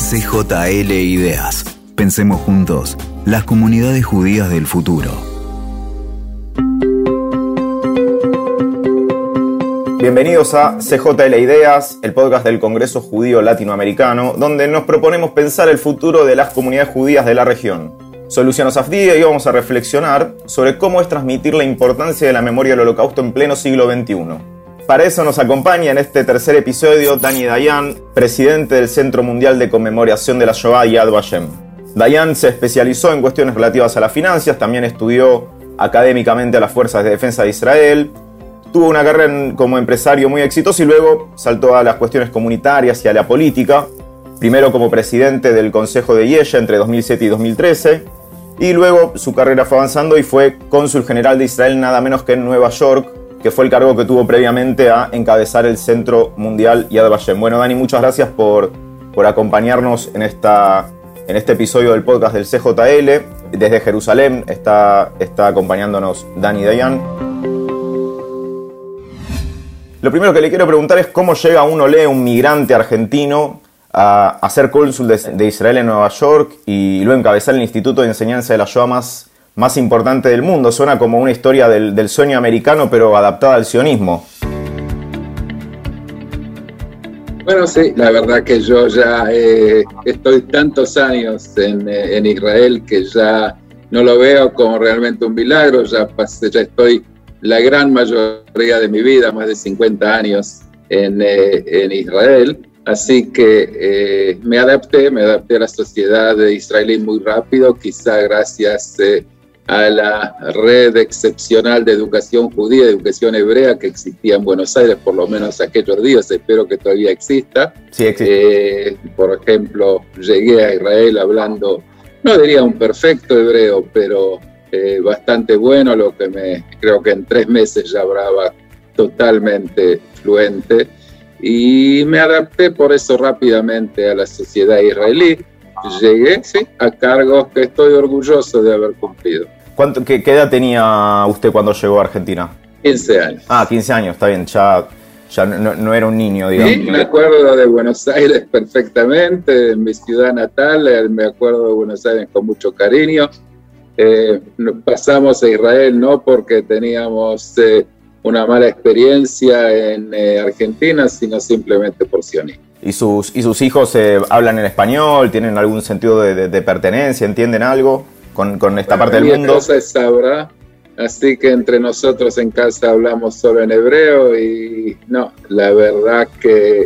CJL Ideas. Pensemos juntos, las comunidades judías del futuro. Bienvenidos a CJL Ideas, el podcast del Congreso Judío Latinoamericano, donde nos proponemos pensar el futuro de las comunidades judías de la región. Soy Luciano Safdie y vamos a reflexionar sobre cómo es transmitir la importancia de la memoria del Holocausto en pleno siglo XXI. Para eso nos acompaña en este tercer episodio Dani Dayan, presidente del Centro Mundial de Conmemoración de la Shoah Yad Vashem. Dayan se especializó en cuestiones relativas a las finanzas, también estudió académicamente a las Fuerzas de Defensa de Israel, tuvo una carrera como empresario muy exitosa y luego saltó a las cuestiones comunitarias y a la política, primero como presidente del Consejo de Yesha entre 2007 y 2013, y luego su carrera fue avanzando y fue cónsul general de Israel nada menos que en Nueva York, que fue el cargo que tuvo previamente a encabezar el Centro Mundial Yad Vashem. Bueno, Dani, muchas gracias por acompañarnos en este episodio del podcast del CJL. Desde Jerusalén está acompañándonos Dani Dayan. Lo primero que le quiero preguntar es cómo llega un migrante argentino a ser cónsul de Israel en Nueva York y luego encabezar el Instituto de Enseñanza de la Shoah más importante del mundo. Suena como una historia del sueño americano, pero adaptada al sionismo. Bueno, sí, la verdad que yo ya estoy tantos años en Israel que ya no lo veo como realmente un milagro. Ya estoy la gran mayoría de mi vida, más de 50 años en Israel. Así que me adapté a la sociedad israelí muy rápido, quizá gracias a la red excepcional de educación judía, de educación hebrea que existía en Buenos Aires, por lo menos aquellos días, espero que todavía exista. Sí, existe. Por ejemplo, llegué a Israel hablando, no diría un perfecto hebreo, pero bastante bueno, creo que en 3 meses ya hablaba totalmente fluente. Y me adapté por eso rápidamente a la sociedad israelí. Llegué a cargos que estoy orgulloso de haber cumplido. ¿Qué edad tenía usted cuando llegó a Argentina? 15 años. 15 años, está bien, ya no era un niño, digamos. Sí, me acuerdo de Buenos Aires perfectamente, mi ciudad natal, me acuerdo de Buenos Aires con mucho cariño. Pasamos a Israel no porque teníamos una mala experiencia en Argentina, sino simplemente por sionismo. ¿Y sus hijos hablan en español? ¿Tienen algún sentido de pertenencia? ¿Entienden algo con esta parte del mundo? Cosa es sabrá, así que entre nosotros en casa hablamos solo en hebreo y no, la verdad que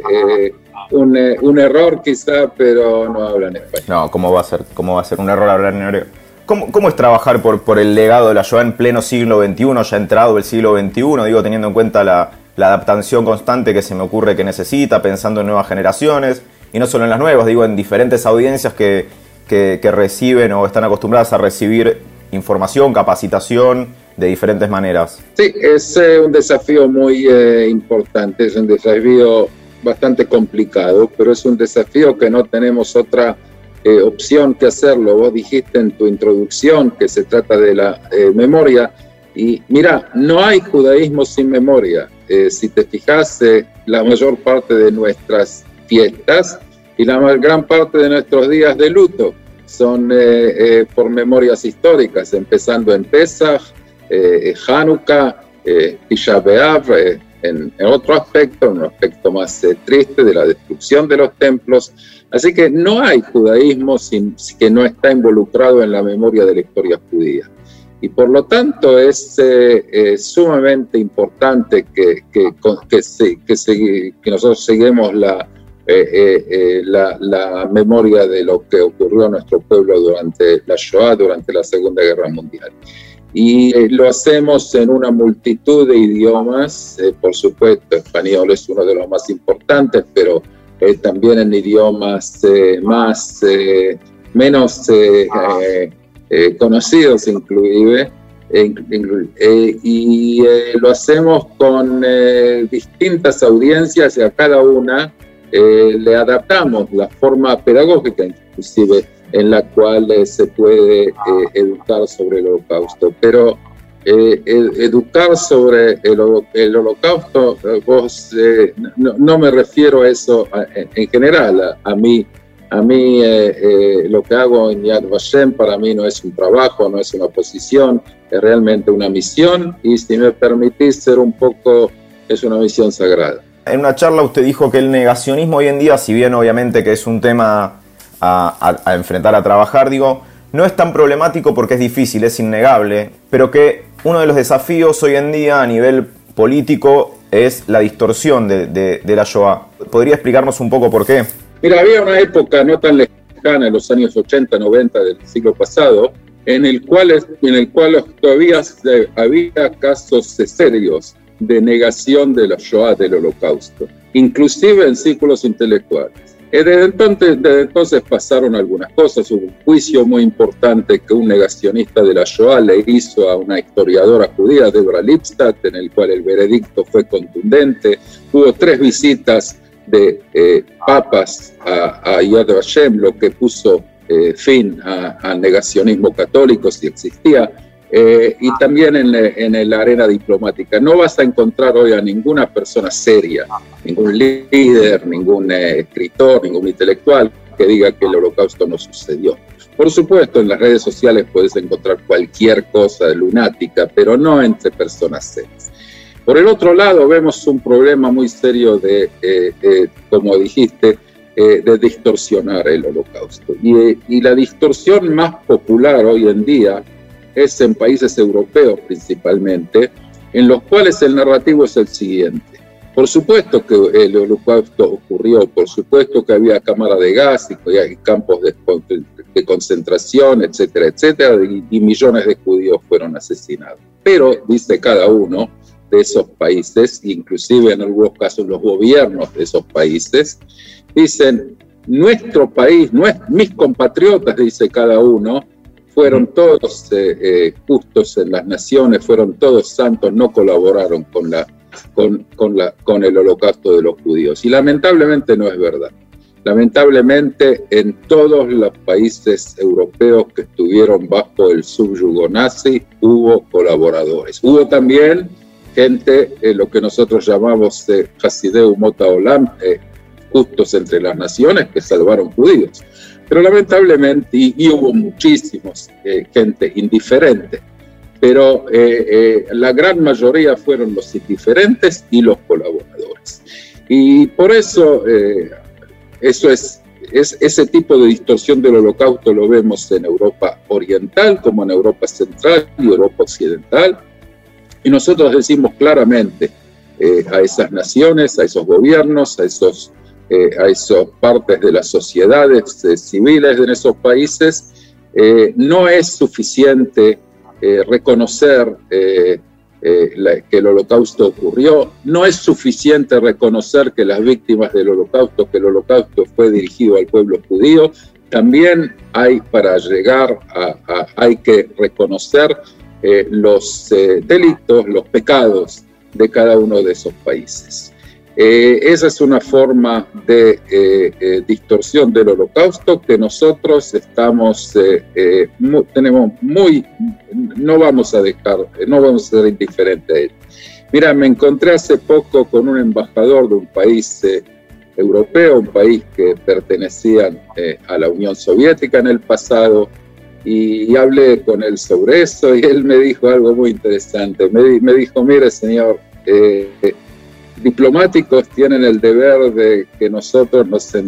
un error quizá, pero no hablan español. No, ¿cómo va a ser un error hablar en hebreo? ¿Cómo es trabajar por el legado de la Shoah en pleno siglo XXI, ya entrado el siglo XXI, teniendo en cuenta la adaptación constante que se me ocurre que necesita, pensando en nuevas generaciones, y no solo en las nuevas, en diferentes audiencias que reciben o están acostumbradas a recibir información, capacitación de diferentes maneras? Sí, es un desafío muy importante, es un desafío bastante complicado, pero es un desafío que no tenemos otra opción que hacerlo. Vos dijiste en tu introducción que se trata de la memoria, y mira, no hay judaísmo sin memoria. Si te fijas, la mayor parte de nuestras fiestas y la gran parte de nuestros días de luto son por memorias históricas, empezando en Pesach, Hanukkah, Tisha B'Av, en otro aspecto, un aspecto más triste de la destrucción de los templos. Así que no hay judaísmo que no está involucrado en la memoria de la historia judía. Y por lo tanto es sumamente importante que nosotros seguimos la memoria de lo que ocurrió a nuestro pueblo durante la Shoah, durante la Segunda Guerra Mundial. Y lo hacemos en una multitud de idiomas, por supuesto, español es uno de los más importantes, pero también en idiomas menos conocidos inclusive, y lo hacemos con distintas audiencias y a cada una le adaptamos la forma pedagógica inclusive en la cual se puede educar sobre el Holocausto. Pero educar sobre el Holocausto, no me refiero a eso en general. A mí A mí lo que hago en Yad Vashem para mí no es un trabajo, no es una posición, es realmente una misión y si me permitís ser un poco, es una misión sagrada. En una charla usted dijo que el negacionismo hoy en día, si bien obviamente que es un tema a enfrentar, a trabajar, digo, no es tan problemático porque es difícil, es innegable, pero que uno de los desafíos hoy en día a nivel político es la distorsión de la Shoah. ¿Podría explicarnos un poco por qué? Mira, había una época no tan lejana, en los años 80, 90 del siglo pasado, en el cual todavía había casos serios de negación de la Shoah, del Holocausto, inclusive en círculos intelectuales. Desde entonces pasaron algunas cosas. Hubo un juicio muy importante que un negacionista de la Shoah le hizo a una historiadora judía, Deborah Lipstadt, en el cual el veredicto fue contundente. Hubo 3 visitas de papas a Yad Vashem, lo que puso fin al negacionismo católico, si existía. Y también en la arena diplomática. No vas a encontrar hoy a ninguna persona seria, ningún líder, ningún escritor, ningún intelectual que diga que el Holocausto no sucedió. Por supuesto, en las redes sociales puedes encontrar cualquier cosa lunática, pero no entre personas serias. Por el otro lado, vemos un problema muy serio como dijiste, de distorsionar el Holocausto. Y la distorsión más popular hoy en día es en países europeos principalmente, en los cuales el narrativo es el siguiente. Por supuesto que el Holocausto ocurrió, por supuesto que había cámaras de gas y campos de concentración, etcétera, etcétera, y millones de judíos fueron asesinados. Pero, dice cada uno de esos países, inclusive en algunos casos los gobiernos de esos países, dicen, nuestro país, mis compatriotas, dice cada uno, fueron todos justos en las naciones, fueron todos santos, no colaboraron con el Holocausto de los judíos. Y lamentablemente no es verdad. Lamentablemente en todos los países europeos que estuvieron bajo el subyugo nazi hubo colaboradores. Hubo también gente, lo que nosotros llamamos Hasidei Umot Haolam, justos entre las naciones, que salvaron judíos. Pero lamentablemente, y hubo muchísimos gente indiferente, pero la gran mayoría fueron los indiferentes y los colaboradores. Y por eso, ese tipo de distorsión del Holocausto lo vemos en Europa Oriental, como en Europa Central y Europa Occidental. Y nosotros decimos claramente a esas naciones, a esos gobiernos, a esas partes de las sociedades civiles en esos países, no es suficiente reconocer que el Holocausto ocurrió, no es suficiente reconocer que las víctimas del Holocausto, que el Holocausto fue dirigido al pueblo judío, también para llegar hay que reconocer los delitos, los pecados de cada uno de esos países. Esa es una forma de distorsión del Holocausto que nosotros no vamos a ser indiferentes a él. Mira, me encontré hace poco con un embajador de un país europeo, un país que pertenecía a la Unión Soviética en el pasado, y hablé con él sobre eso y él me dijo algo muy interesante. Me dijo, mire señor, diplomáticos tienen el deber de que nosotros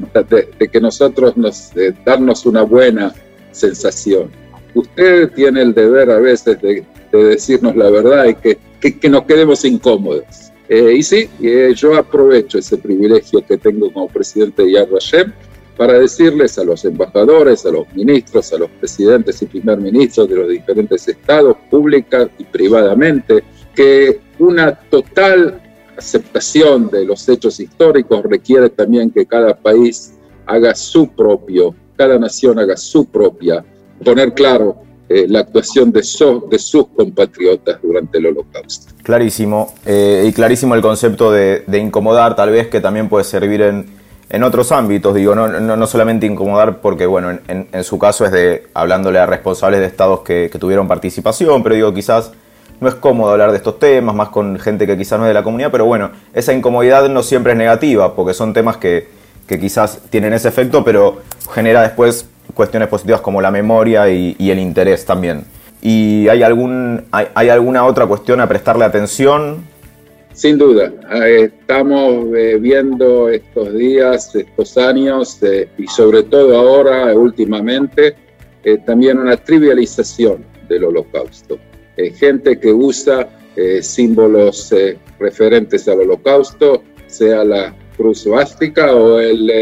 darnos una buena sensación. Usted tiene el deber a veces de decirnos la verdad y que nos quedemos incómodos. Y sí, yo aprovecho ese privilegio que tengo como presidente de Yad Vashem para decirles a los embajadores, a los ministros, a los presidentes y primer ministros de los diferentes estados, pública y privadamente, que una total aceptación de los hechos históricos requiere también que cada país haga cada nación haga su propia, poner claro la actuación de sus compatriotas durante el Holocausto. Clarísimo, y clarísimo el concepto de incomodar, tal vez, que también puede servir en otros ámbitos, digo, no solamente incomodar porque, bueno, en su caso es hablándole a responsables de estados que tuvieron participación, pero digo, quizás no es cómodo hablar de estos temas, más con gente que quizás no es de la comunidad, pero bueno, esa incomodidad no siempre es negativa, porque son temas que que quizás tienen ese efecto, pero genera después cuestiones positivas como la memoria y el interés también. ¿Y hay alguna otra cuestión a prestarle atención? Sin duda, estamos viendo estos días, estos años, y sobre todo ahora, últimamente, también una trivialización del Holocausto. Gente que usa símbolos referentes al Holocausto, sea la cruz svástica o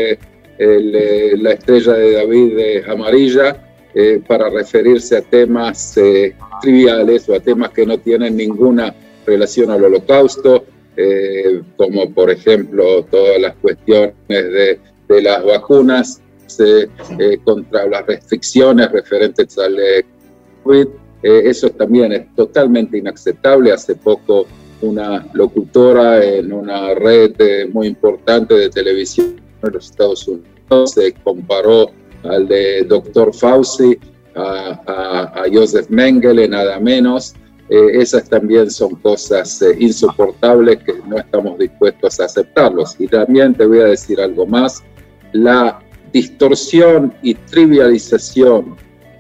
la estrella de David amarilla, para referirse a temas triviales o a temas que no tienen ninguna relación al Holocausto, como por ejemplo todas las cuestiones de las vacunas contra las restricciones referentes al COVID. Eso también es totalmente inaceptable. Hace poco una locutora en una red muy importante de televisión en los Estados Unidos se comparó al de Dr. Fauci a Joseph Mengele, nada menos. Esas también son cosas insoportables que no estamos dispuestos a aceptarlos. Y también te voy a decir algo más: la distorsión y trivialización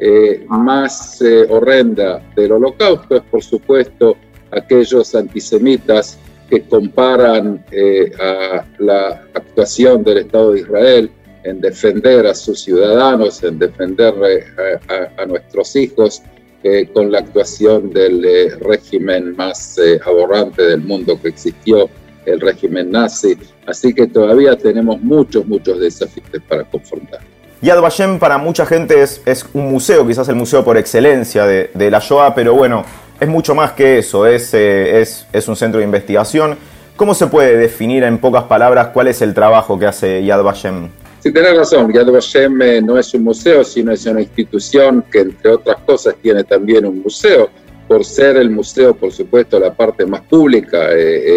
más horrenda del Holocausto es, por supuesto, aquellos antisemitas que comparan a la actuación del Estado de Israel en defender a sus ciudadanos, en defender a nuestros hijos, con la actuación del régimen más aberrante del mundo que existió, el régimen nazi. Así que todavía tenemos muchos desafíos para confrontar. Yad Vashem para mucha gente es un museo, quizás el museo por excelencia de la Shoah, pero bueno, es mucho más que eso, es un centro de investigación. ¿Cómo se puede definir en pocas palabras cuál es el trabajo que hace Yad Vashem? Sí, tenés razón, Yad Vashem no es un museo, sino es una institución que, entre otras cosas, tiene también un museo. Por ser el museo, por supuesto, la parte más pública,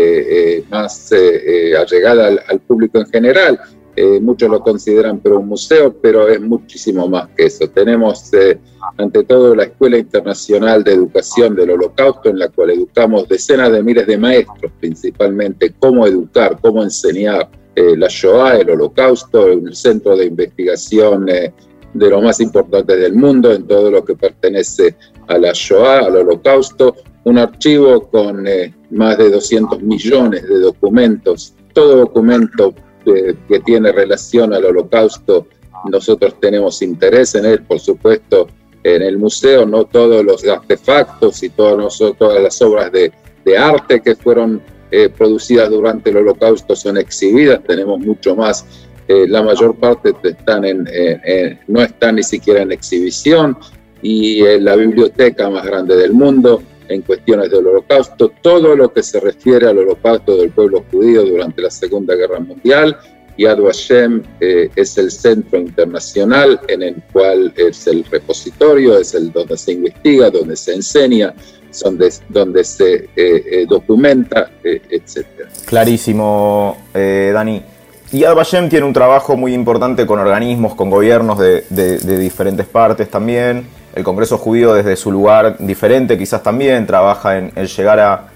más allegada al público en general. Muchos lo consideran pero un museo, pero es muchísimo más que eso. Tenemos, ante todo, la Escuela Internacional de Educación del Holocausto, en la cual educamos decenas de miles de maestros, principalmente, cómo educar, cómo enseñar la Shoah, el Holocausto, un centro de investigación de los más importantes del mundo en todo lo que pertenece a la Shoah, al Holocausto, un archivo con más de 200 millones de documentos. Todo documento que tiene relación al Holocausto, nosotros tenemos interés en él, por supuesto, en el museo. No todos los artefactos y todas las obras de arte que fueron producidas durante el Holocausto son exhibidas, tenemos mucho más. La mayor parte no están ni siquiera en exhibición, y la biblioteca más grande del mundo en cuestiones del Holocausto, todo lo que se refiere al Holocausto del pueblo judío durante la Segunda Guerra Mundial. Yad Vashem es el centro internacional en el cual es el repositorio, es donde se investiga, donde se enseña, donde se documenta, etc. Clarísimo, Dani. Yad Vashem tiene un trabajo muy importante con organismos, con gobiernos de diferentes partes también. El Congreso Judío, desde su lugar diferente, quizás también trabaja en llegar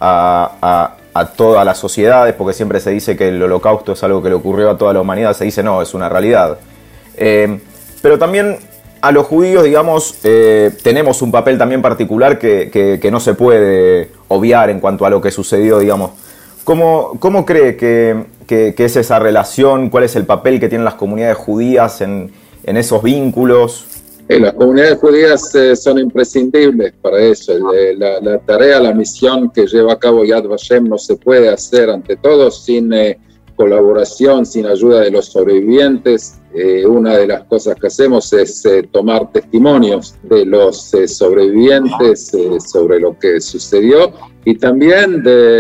a todas las sociedades, porque siempre se dice que el Holocausto es algo que le ocurrió a toda la humanidad. Se dice no, es una realidad. Pero también a los judíos, digamos, tenemos un papel también particular que no se puede obviar en cuanto a lo que sucedió, digamos. ¿Cómo cree que es esa relación? ¿Cuál es el papel que tienen las comunidades judías en esos vínculos? Las comunidades judías son imprescindibles para eso. La tarea, la misión que lleva a cabo Yad Vashem no se puede hacer, ante todo, sin colaboración, sin ayuda de los sobrevivientes. Una de las cosas que hacemos es tomar testimonios de los sobrevivientes sobre lo que sucedió, y también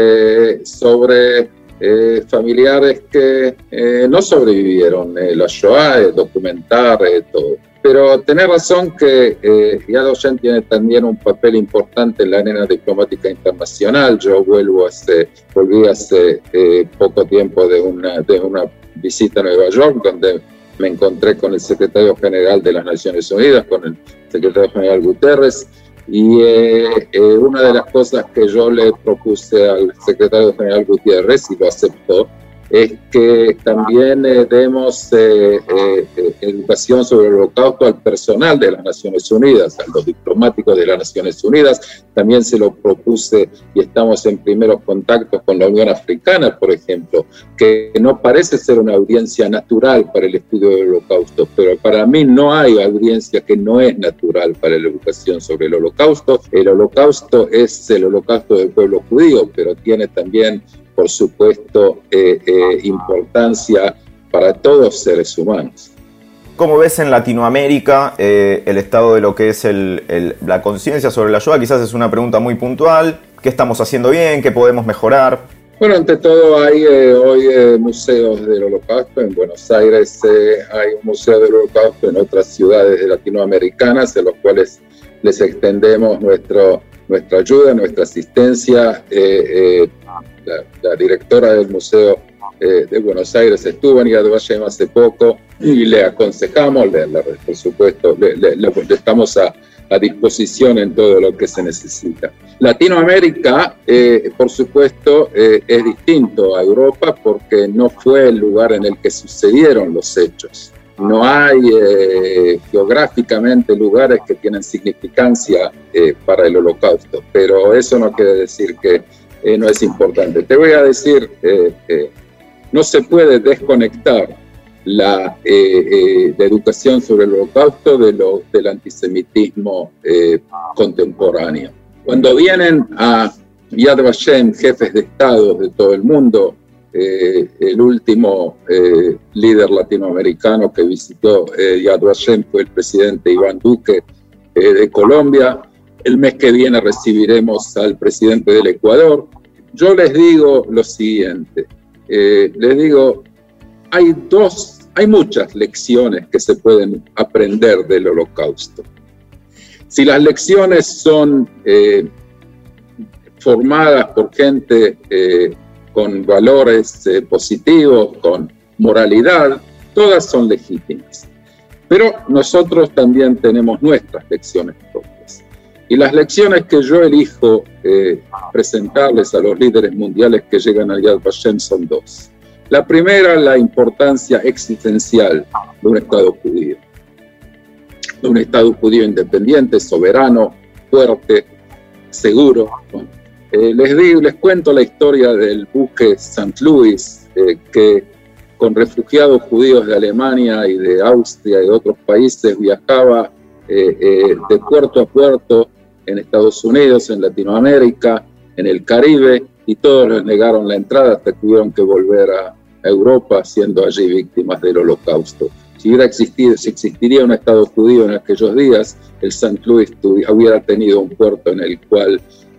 sobre familiares que no sobrevivieron la Shoah, documentar todo. Pero tenés razón que Yad Vashem tiene también un papel importante en la arena diplomática internacional. Yo volví hace poco tiempo de una visita a Nueva York, donde me encontré con el secretario general de las Naciones Unidas, con el secretario general Guterres, y una de las cosas que yo le propuse al secretario general Gutiérrez, y lo aceptó, es que también demos educación sobre el Holocausto al personal de las Naciones Unidas, a los diplomáticos de las Naciones Unidas. También se lo propuse y estamos en primeros contactos con la Unión Africana, por ejemplo, que no parece ser una audiencia natural para el estudio del Holocausto, pero para mí no hay audiencia que no es natural para la educación sobre el Holocausto. El Holocausto es el Holocausto del pueblo judío, pero tiene también, por supuesto, importancia para todos los seres humanos. ¿Cómo ves en Latinoamérica el estado de lo que es la conciencia sobre la Shoah? Quizás es una pregunta muy puntual. ¿Qué estamos haciendo bien? ¿Qué podemos mejorar? Bueno, ante todo hay hoy museos del Holocausto. En Buenos Aires hay un museo del Holocausto, en otras ciudades latinoamericanas, en los cuales les extendemos nuestra ayuda, nuestra asistencia. La directora del Museo de Buenos Aires estuvo en Yad Vashem hace poco y le aconsejamos, por supuesto, le estamos a disposición en todo lo que se necesita. Latinoamérica, por supuesto, es distinto a Europa porque no fue el lugar en el que sucedieron los hechos. No hay geográficamente lugares que tienen significancia para el Holocausto, pero eso no quiere decir que no es importante. Te voy a decir, no se puede desconectar la educación sobre el Holocausto del antisemitismo contemporáneo. Cuando vienen a Yad Vashem jefes de Estado de todo el mundo, el último líder latinoamericano que visitó Yad Vashem fue el presidente Iván Duque de Colombia. El mes que viene recibiremos al presidente del Ecuador. Yo les digo lo siguiente, hay muchas lecciones que se pueden aprender del Holocausto. Si las lecciones son formadas por gente con valores positivos, con moralidad, todas son legítimas. Pero nosotros también tenemos nuestras lecciones propias. Y las lecciones que yo elijo presentarles a los líderes mundiales que llegan a Yad Vashem son dos. La primera, la importancia existencial de un Estado judío. De un Estado judío independiente, soberano, fuerte, seguro. Les cuento la historia del buque St. Louis, que con refugiados judíos de Alemania y de Austria y de otros países viajaba de puerto a puerto en Estados Unidos, en Latinoamérica, en el Caribe, y todos les negaron la entrada hasta que tuvieron que volver a Europa, siendo allí víctimas del Holocausto. Si existiría un Estado judío en aquellos días, el St. Louis hubiera tenido un puerto en el cual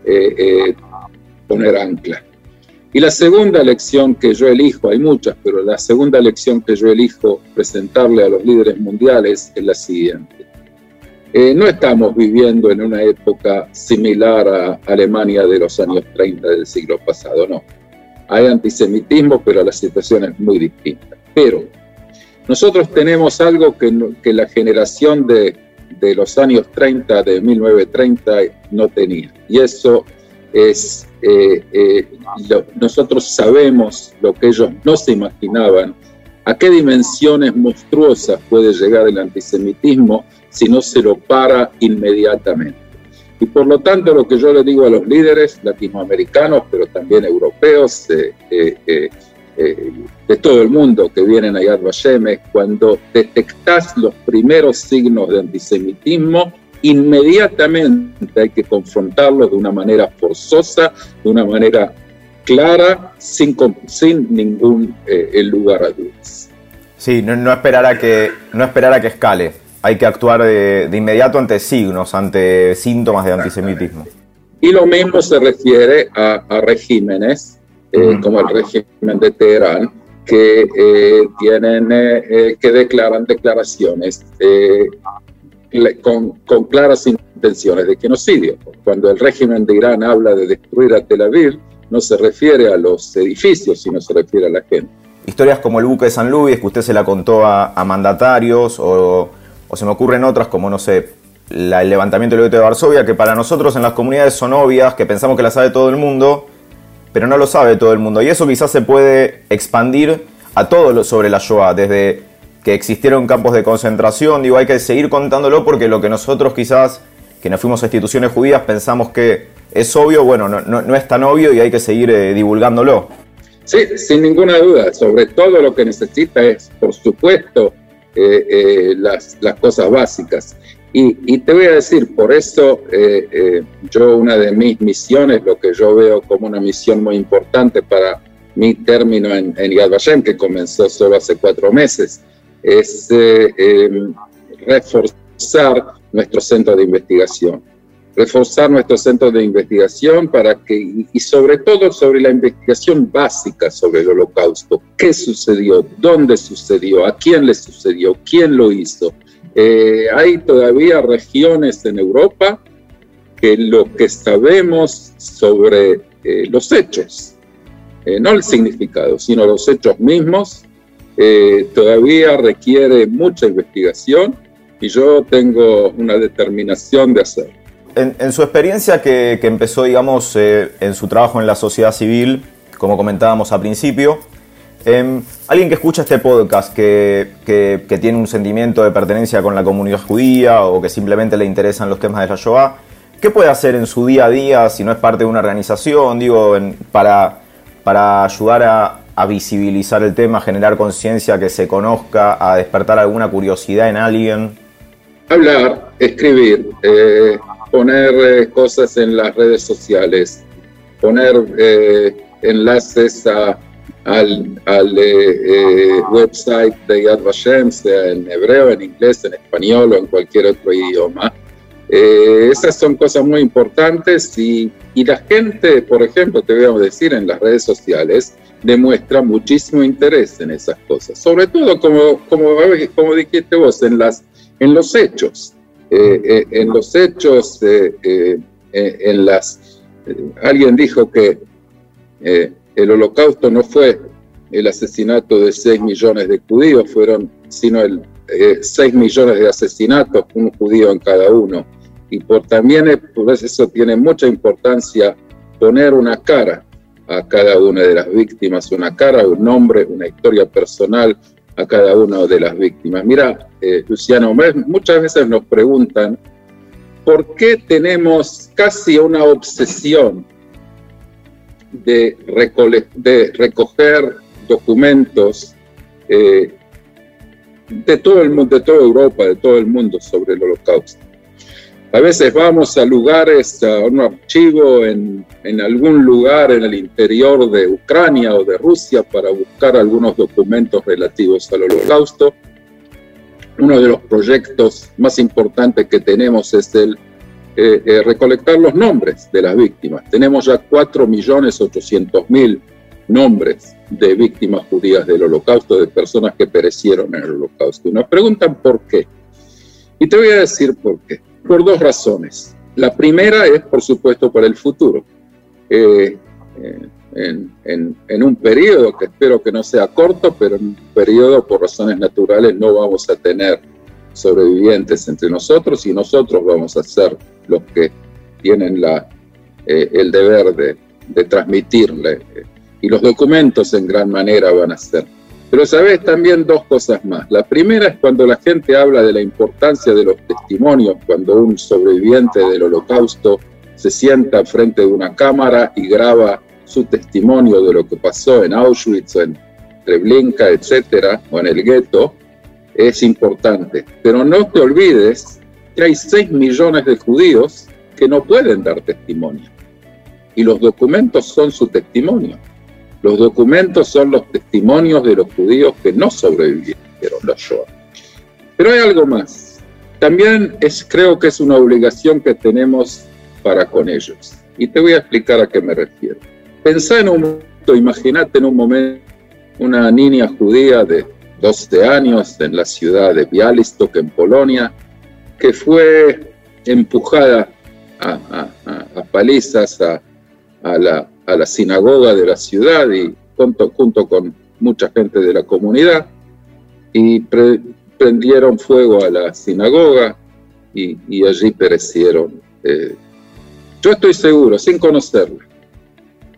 poner ancla. Y la segunda lección que yo elijo, hay muchas, pero la segunda lección que yo elijo presentarle a los líderes mundiales es la siguiente. No estamos viviendo en una época similar a Alemania de los años 30 del siglo pasado, no. Hay antisemitismo, pero la situación es muy distinta. Pero nosotros tenemos algo que la generación de los años 30, de 1930, no tenía. Y eso es, nosotros sabemos lo que ellos no se imaginaban, a qué dimensiones monstruosas puede llegar el antisemitismo si no se lo para inmediatamente. Y por lo tanto, lo que yo le digo a los líderes latinoamericanos, pero también europeos, de todo el mundo que vienen a Yad Vashem, es cuando detectás los primeros signos de antisemitismo, inmediatamente hay que confrontarlos de una manera forzosa, de una manera clara, sin ningún lugar a dudas. Sí, no esperar a que escale. Hay que actuar de inmediato ante signos, ante síntomas de antisemitismo. Y lo mismo se refiere a regímenes, como el régimen de Teherán, que que declaran declaraciones con claras intenciones de genocidio. Cuando el régimen de Irán habla de destruir a Tel Aviv, no se refiere a los edificios, sino se refiere a la gente. Historias como el buque de San Luis, que usted se la contó a mandatarios, o se me ocurren otras como, no sé, el levantamiento del gueto de Varsovia, que para nosotros en las comunidades son obvias, que pensamos que las sabe todo el mundo, pero no lo sabe todo el mundo. Y eso quizás se puede expandir a todo lo sobre la Shoah, desde que existieron campos de concentración. Digo, hay que seguir contándolo porque lo que nosotros quizás, que nos fuimos a instituciones judías, pensamos que es obvio, bueno, no es tan obvio y hay que seguir divulgándolo. Sí, sin ninguna duda. Sobre todo lo que necesita es, por supuesto, las cosas básicas. Y te voy a decir, por eso yo una de mis misiones, lo que yo veo como una misión muy importante para mi término en Yad Vashem, que comenzó solo hace 4 meses, es reforzar nuestro centro de investigación. Reforzar nuestro centro de investigación para que, y sobre todo sobre la investigación básica sobre el Holocausto. ¿Qué sucedió? ¿Dónde sucedió? ¿A quién le sucedió? ¿Quién lo hizo? Hay todavía regiones en Europa que lo que sabemos sobre los hechos, no el significado, sino los hechos mismos, todavía requiere mucha investigación y yo tengo una determinación de hacerlo. En su experiencia que empezó, digamos, en su trabajo en la sociedad civil, como comentábamos al principio, alguien que escucha este podcast que tiene un sentimiento de pertenencia con la comunidad judía o que simplemente le interesan los temas de la Shoah, ¿qué puede hacer en su día a día si no es parte de una organización, digo, para ayudar a visibilizar el tema, a generar conciencia, que se conozca, a despertar alguna curiosidad en alguien? Hablar, escribir, poner cosas en las redes sociales, poner enlaces al website de Yad Vashem, sea en hebreo, en inglés, en español o en cualquier otro idioma. Esas son cosas muy importantes y la gente, por ejemplo, te voy a decir, en las redes sociales, demuestra muchísimo interés en esas cosas. Sobre todo, como dijiste vos, en los hechos. En los hechos, alguien dijo que el Holocausto no fue el asesinato de 6 millones de judíos, sino 6 millones de asesinatos, un judío en cada uno. Y también por eso tiene mucha importancia poner una cara a cada una de las víctimas, una cara, un nombre, una historia personal a cada una de las víctimas. Mira, Luciano, muchas veces nos preguntan por qué tenemos casi una obsesión de recoger documentos de todo el mundo, de toda Europa, de todo el mundo sobre el Holocausto. A veces vamos a lugares, a un archivo en algún lugar en el interior de Ucrania o de Rusia para buscar algunos documentos relativos al Holocausto. Uno de los proyectos más importantes que tenemos es el recolectar los nombres de las víctimas. Tenemos ya 4.800.000 nombres de víctimas judías del Holocausto, de personas que perecieron en el Holocausto. Y nos preguntan por qué. Y te voy a decir por qué. Por 2 razones. La primera es, por supuesto, para el futuro. En un periodo que espero que no sea corto, pero en un periodo, por razones naturales, no vamos a tener sobrevivientes entre nosotros y nosotros vamos a ser los que tienen el deber de transmitirle. Y los documentos en gran manera van a ser. Pero sabes también 2 cosas más. La primera es cuando la gente habla de la importancia de los testimonios, cuando un sobreviviente del Holocausto se sienta frente de una cámara y graba su testimonio de lo que pasó en Auschwitz, o en Treblinka, etcétera, o en el gueto, es importante. Pero no te olvides que hay 6 millones de judíos que no pueden dar testimonio. Y los documentos son su testimonio. Los documentos son los testimonios de los judíos que no sobrevivieron la Shoah. Pero hay algo más. También creo que es una obligación que tenemos para con ellos. Y te voy a explicar a qué me refiero. Pensá en un momento, imagínate en un momento, una niña judía de 12 años en la ciudad de Białystok, en Polonia, que fue empujada a palizas a la sinagoga de la ciudad y junto con mucha gente de la comunidad, y prendieron fuego a la sinagoga y allí perecieron. Yo estoy seguro, sin conocerla,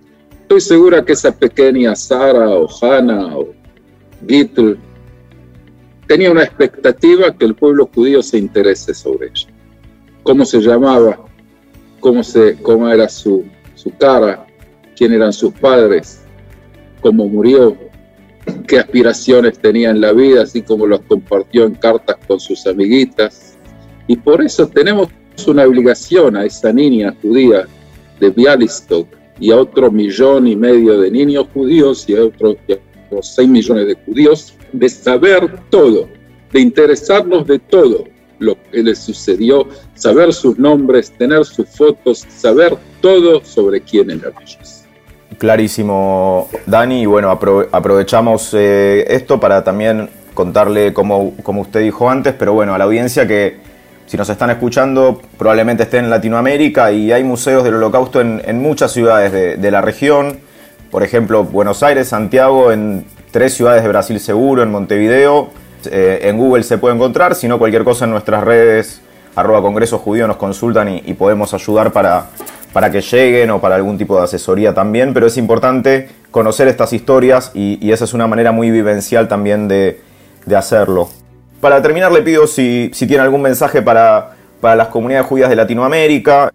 Estoy segura que esa pequeña Sara o Hannah o Gittel tenía una expectativa que el pueblo judío se interese sobre ella. ¿Cómo se llamaba? ¿Cómo era su cara? ¿Quién eran sus padres? ¿Cómo murió? ¿Qué aspiraciones tenía en la vida? Así como las compartió en cartas con sus amiguitas. Y por eso tenemos una obligación a esa niña judía de Bialystok y a otro 1,5 millones de niños judíos y a otros 6 millones de judíos, de saber todo, de interesarnos de todo lo que les sucedió, saber sus nombres, tener sus fotos, saber todo sobre quién eran ellos. Clarísimo, Dani, y bueno, aprovechamos esto para también contarle, como usted dijo antes, pero bueno, a la audiencia que si nos están escuchando probablemente estén en Latinoamérica y hay museos del Holocausto en muchas ciudades de la región, por ejemplo, Buenos Aires, Santiago, en 3 ciudades de Brasil seguro, en Montevideo, en Google se puede encontrar, si no cualquier cosa en nuestras redes, @Congreso Judío nos consultan y podemos ayudar para que lleguen o para algún tipo de asesoría también, pero es importante conocer estas historias y esa es una manera muy vivencial también de hacerlo. Para terminar le pido si tiene algún mensaje para las comunidades judías de Latinoamérica.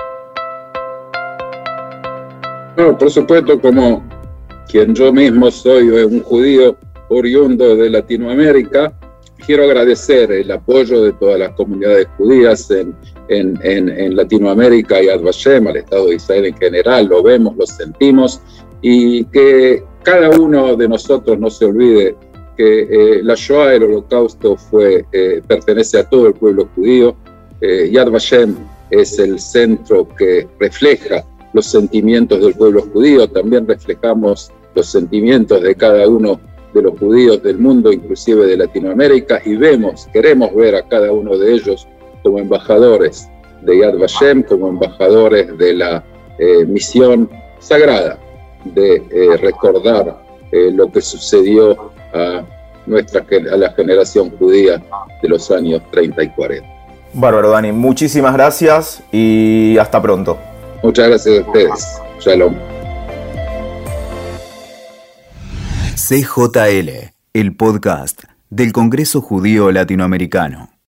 No, por supuesto, como quien yo mismo soy un judío oriundo de Latinoamérica, quiero agradecer el apoyo de todas las comunidades judías en Latinoamérica y Yad Vashem, al Estado de Israel en general, lo vemos, lo sentimos, y que cada uno de nosotros no se olvide que la Shoah, el Holocausto, pertenece a todo el pueblo judío. Yad Vashem es el centro que refleja los sentimientos del pueblo judío, también reflejamos los sentimientos de cada uno de los judíos del mundo, inclusive de Latinoamérica, y queremos ver a cada uno de ellos como embajadores de Yad Vashem, como embajadores de la misión sagrada de recordar lo que sucedió a la generación judía de los años 30 y 40. Bárbaro, Dani, muchísimas gracias y hasta pronto. Muchas gracias a ustedes. Shalom. CJL, el podcast del Congreso Judío Latinoamericano.